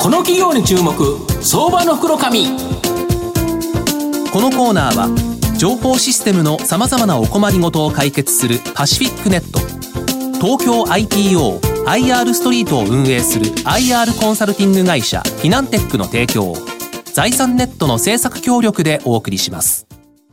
この企業に注目、相場の袋紙。 このコーナーは情報システムのさまざまなお困りごとを解決するパシフィックネット、東京 IPO、IR ストリートを運営する IR コンサルティング会社フィナンテックの提供、財産ネットの制作協力でお送りします。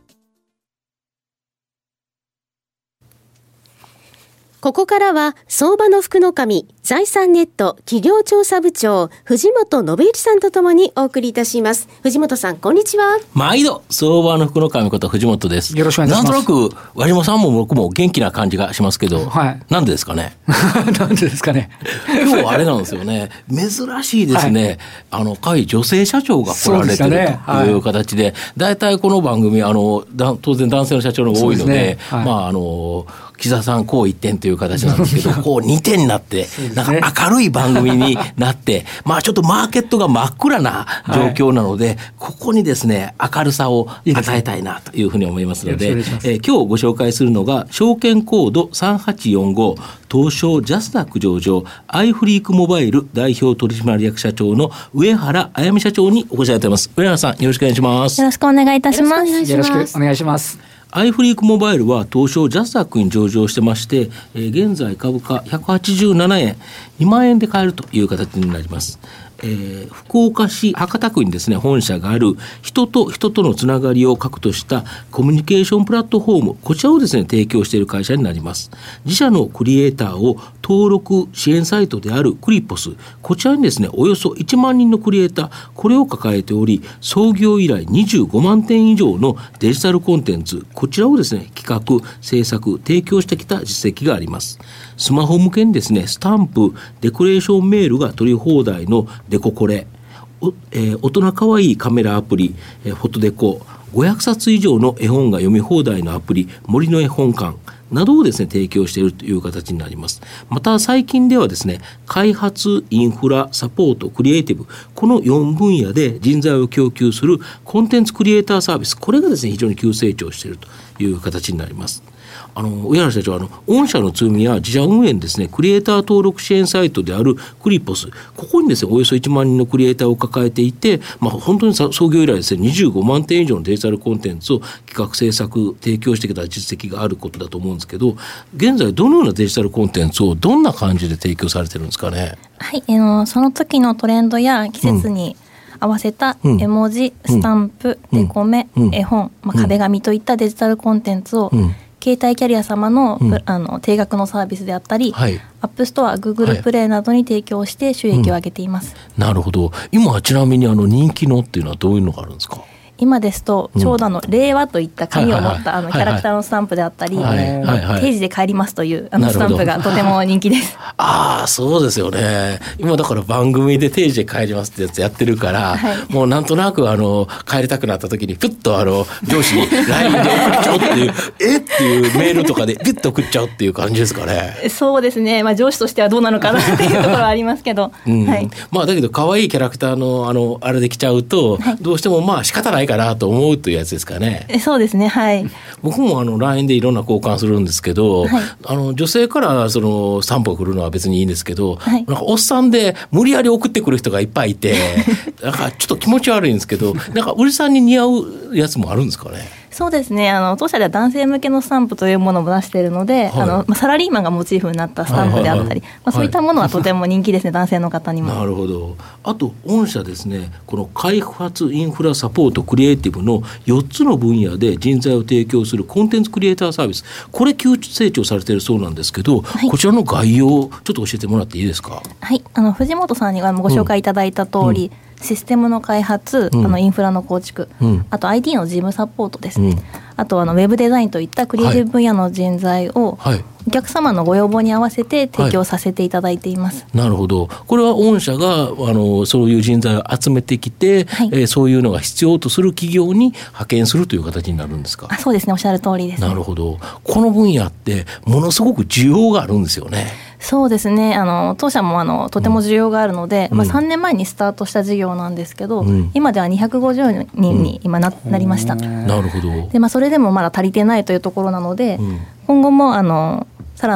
ここからは相場の福の神、財産ネット企業調査部長藤本信之さんとともにお送りいたします。藤本さん、こんにちは。 毎度相場の福の神こと藤本です。 よろしくお願いします。 なんとなく和島さんも僕も元気な感じがしますけど、はい、なんでですかねなんでですかね今日はあれなんですよね珍しいですね、はい、若い女性社長が来られてるという形で、だいたいこの番組当然男性の社長の方が多いので、木田さんこう1点という形なんですけどこう2点になってなんか明るい番組になってちょっとマーケットが真っ暗な状況なので、ここにですね明るさを与えたいなというふうに思いますので、今日ご紹介するのが証券コード3845東証ジャスダック上場アイフリークモバイル代表取締役社長の上原あやみ社長にお越しいただいています。上原さん、よろしくお願いします。 よろしくお願いいたします。 よろしくお願いします。 アイフリークモバイルは東証ジャスダックに上場してまして、現在株価187円2万円で買えるという形になります。福岡市博多区にですね本社がある人と人とのつながりを核としたコミュニケーションプラットフォーム、こちらをですね提供している会社になります。自社のクリエイターを登録支援サイトであるクリポス、こちらにですねおよそ1万人のクリエイター、これを抱えており、創業以来25万点以上のデジタルコンテンツ、こちらをですね企画制作提供してきた実績があります。スマホ向けにですねスタンプデコレーションメールが取り放題のデココレ、大人かわいいカメラアプリ、フォトデコ、500冊以上の絵本が読み放題のアプリ森の絵本館などをですね提供しているという形になります。また最近ではですね開発、インフラ、サポート、クリエイティブ、この4分野で人材を供給するコンテンツクリエイターサービス、これがですね非常に急成長しているという形になります。上原社長、御社の強みや自社運営にですねクリエイター登録支援サイトであるクリポス、ここにですねおよそ1万人のクリエイターを抱えていて、本当に創業以来ですね25万点以上のデジタルコンテンツを企画制作提供してきた実績があることだと思うんですけど、現在どのようなデジタルコンテンツをどんな感じで提供されてるんですかね。 はい、その時のトレンドや季節に合わせた絵文字、スタンプ、デコメ、絵本、壁紙といったデジタルコンテンツを、携帯キャリア様の、定額のサービスであったり、アップストア、Google プレイなどに提供して収益を上げています。 なるほど。今ちなみに人気のっていうのはどういうのがあるんですか。 今ですとちょうど令和といった紙を持ったキャラクターのスタンプであったり、定時で帰りますというスタンプがとても人気です。 そうですよね。今だから番組で定時で帰りますってやつやってるから、もうなんとなく帰りたくなった時にピュッと上司に LINE で送っちゃうっていうっていうメールとかでピュッと送っちゃうっていう感じですかね。 そうですね、上司としてはどうなのかなっていうところはありますけど、 だけど可愛いキャラクターのあれで来ちゃうと、どうしても仕方ないかなと思うというやつですかね。 そうですね、はい。 僕もLINE でいろんな交換するんですけど、女性からスタンプが来るのは別にいいんですけど、なんかおっさんで無理やり送ってくる人がいっぱいいてなんかちょっと気持ち悪いんですけど、なんかおじさんに似合うやつもあるんですかね。 そうですね、当社では男性向けのスタンプというものも出しているので、サラリーマンがモチーフになったスタンプであったり、そういったものはとても人気ですね、男性の方にも。 なるほど。あと御社ですね、この開発、インフラ、サポート、クリエイティブの4つの分野で人材を提供するコンテンツクリエイターサービス、これ急成長されているそうなんですけど、こちらの概要をちょっと教えてもらっていいですか。 はい、藤本さんにご紹介いただいた通り、システムの開発、インフラの構築、あと IT の事務サポートですね、あとウェブデザインといったクリエイティブ分野の人材を、お客様のご要望に合わせて提供させていただいています。 なるほど。これは御社がそういう人材を集めてきて、そういうのが必要とする企業に派遣するという形になるんですか。 そうですね、おっしゃる通りです、ね。 なるほど。この分野ってものすごく需要があるんですよね。 そうですね、当社もとても需要があるので、3年前にスタートした事業なんですけど、今では250人に今 なりました。 なるほど。 で、それでもまだ足りてないというところなので、今後もさらなる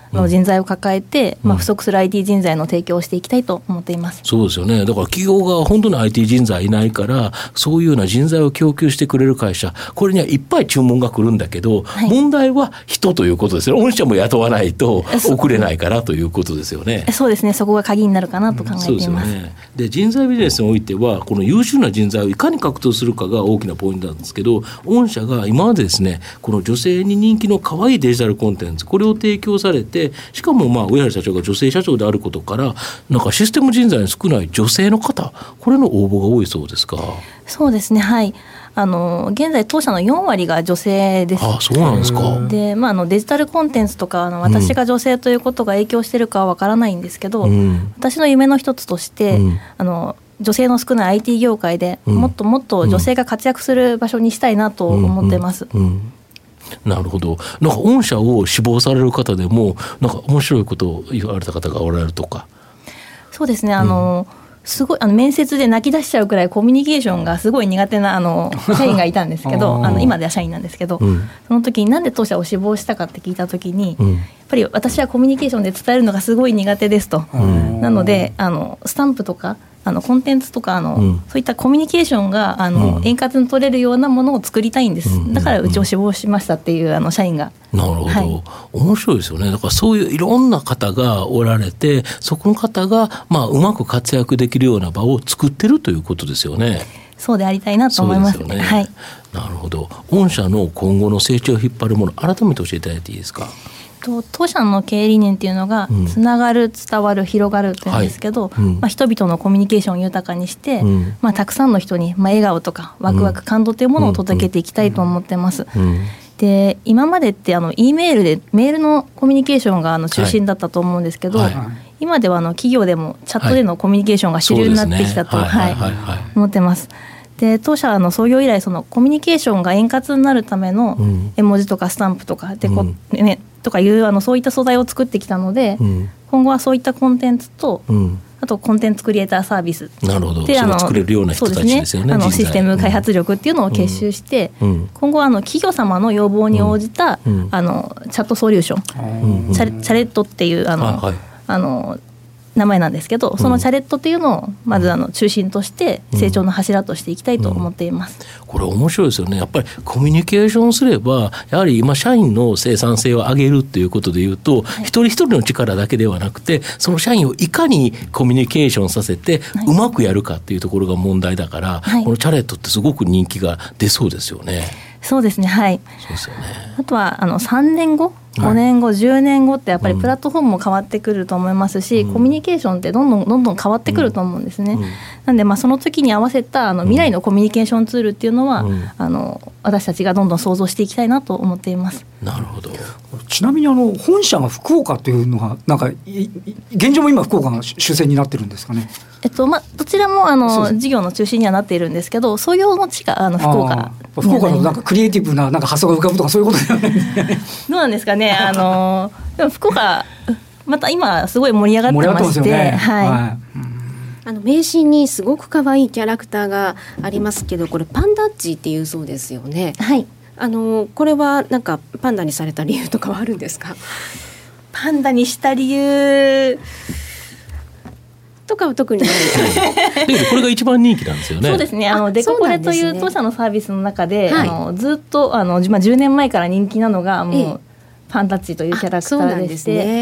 人材を抱えて、不足する IT 人材の提供をしていきたいと思っています。 そうですよね。だから企業が本当に IT 人材いないから、そういうような人材を供給してくれる会社、これにはいっぱい注文が来るんだけど、問題は人ということですよね。御社も雇わないと遅れないからということですよね。 そうですね。そこが鍵になるかなと考えています。 そうですよね。で、人材ビジネスにおいてはこの優秀な人材をいかに獲得するかが大きなポイントなんですけど、御社が今までですね、この女性に人気の可愛いデジタルコンテンツ、これを提供されて、しかも上原社長が女性社長であることから、なんかシステム人材の少ない女性の方、これの応募が多いそうですか。 そうですね。はい。現在当社の4割が女性です。 そうなんですか。 で、デジタルコンテンツとか私が女性ということが影響しているかはわからないんですけど、私の夢の一つとして、女性の少ない IT 業界でもっともっと女性が活躍する場所にしたいなと思ってます。 なるほど。なんか御社を志望される方でもなんか面白いことを言われた方がおられるとか。 そうですね。すごい面接で泣き出しちゃうくらいコミュニケーションがすごい苦手な社員がいたんですけど今では社員なんですけど、その時になんで当社を志望したかって聞いた時に、やっぱり私はコミュニケーションで伝えるのがすごい苦手ですと、なのでスタンプとかコンテンツとかそういったコミュニケーションが円滑に取れるようなものを作りたいんです、だからうちを志望しましたっていう社員が。 なるほど、面白いですよね。だからそういういろんな方がおられて、そこの方がうまく活躍できるような場を作ってるということですよね。 そうでありたいなと思います。 そうですよね。なるほど。御社の今後の成長を引っ張るもの、改めて教えていただいていいですか。 当社の経営理念っていうのが、つながる、伝わる、広がるというんですけど、人々のコミュニケーションを豊かにして、たくさんの人に笑顔とかワクワク感動というものを届けていきたいと思ってます。で、今までって E メールでメールのコミュニケーションが中心だったと思うんですけど、今では企業でもチャットでのコミュニケーションが主流になってきたと思ってます。で、当社創業以来そのコミュニケーションが円滑になるための絵文字とかスタンプとかでとかいうそういった素材を作ってきたので、今後はそういったコンテンツと、あとコンテンツクリエイターサービスなるほど、それを作れるような人たちですよね。 システム開発力っていうのを結集して、今後は企業様の要望に応じた、チャットソリューション、チャレットっていう名前なんですけど、そのチャレットっていうのをまず中心として成長の柱としていきたいと思っています。 これ面白いですよね。やっぱりコミュニケーションすれば、やはり今社員の生産性を上げるっていうことでいうと、一人一人の力だけではなくて、その社員をいかにコミュニケーションさせてうまくやるかっていうところが問題だから、このチャレットってすごく人気が出そうですよね。 そうですね。はい。 そうですよね。 あとは3年後5年後10年後ってやっぱりプラットフォームも変わってくると思いますし、コミュニケーションってどんどん変わってくると思うんですね。なんでその時に合わせた未来のコミュニケーションツールっていうのは、私たちがどんどん創造していきたいなと思っています。 なるほど。 ちなみに本社が福岡というのがなんか現状も今福岡が主戦になってるんですかね。 どちらも事業の中心にはなっているんですけど、創業の地が福岡。 福岡のなんかクリエイティブななんか発想が浮かぶとかそういうことではないんですかね。どうなんですかね。でも福岡また今すごい盛り上がってまして、 名刺にすごく可愛いキャラクターがありますけど、これパンダッチっていうそうですよね。 はい。 これはなんかパンダにされた理由とかはあるんですか。 パンダにした理由とかは特にないこれが一番人気なんですよね。 そうですね。デココレという当社のサービスの中で、ずっと10年前から人気なのがもうパンダッチというキャラクターでして、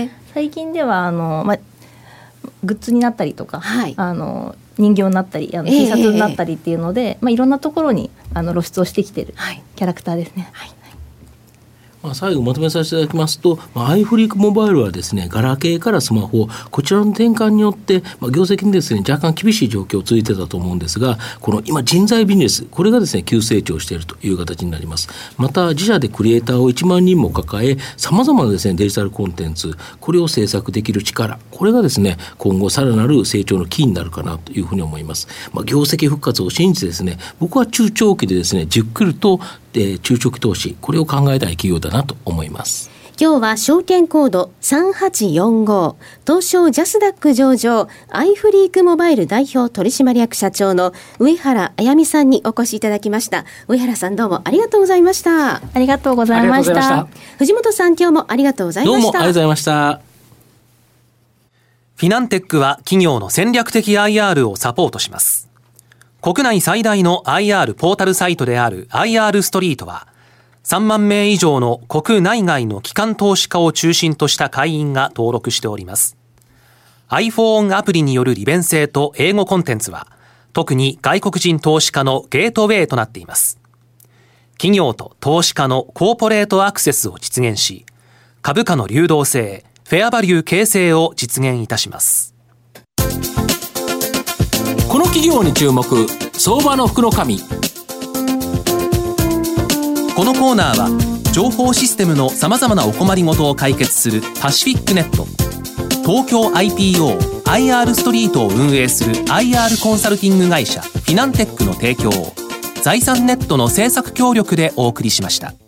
最近ではグッズになったりとか、人形になったりT シャツになったりっていうので、いろんなところに露出をしてきているキャラクターですね。 最後まとめさせていただきますと、アイフリークモバイルはですね、ガラケーからスマホ、こちらの転換によって、業績にですね、若干厳しい状況続いてたと思うんですが、この今人材ビジネス、これがですね、急成長しているという形になります。また自社でクリエイターを1万人も抱え、さまざまなですね、デジタルコンテンツ、これを制作できる力、これがですね、今後さらなる成長のキーになるかなというふうに思います。業績復活を信じてですね、僕は中長期でですね、じっくりと中長期投資、これを考えたい企業だなと思います。 今日は証券コード3845東証ジャスダック上場アイフリークモバイル代表取締役社長の上原あやみさんにお越しいただきました。上原さん、どうもありがとうございました。 ありがとうございました。 藤本さん、今日もありがとうございました。 どうもありがとうございました。 フィナンテックは企業の戦略的 IR をサポートします。国内最大の IR ポータルサイトである IR ストリートは、3万名以上の国内外の機関投資家を中心とした会員が登録しております。iPhone アプリによる利便性と英語コンテンツは、特に外国人投資家のゲートウェイとなっています。企業と投資家のコーポレートアクセスを実現し、株価の流動性、フェアバリュー形成を実現いたします。 この企業に注目、相場の福の神。 このコーナーは情報システムのさまざまなお困りごとを解決するパシフィックネット、東京 IPO IR ストリートを運営する IR コンサルティング会社フィナンテックの提供を財産ネットの制作協力でお送りしました。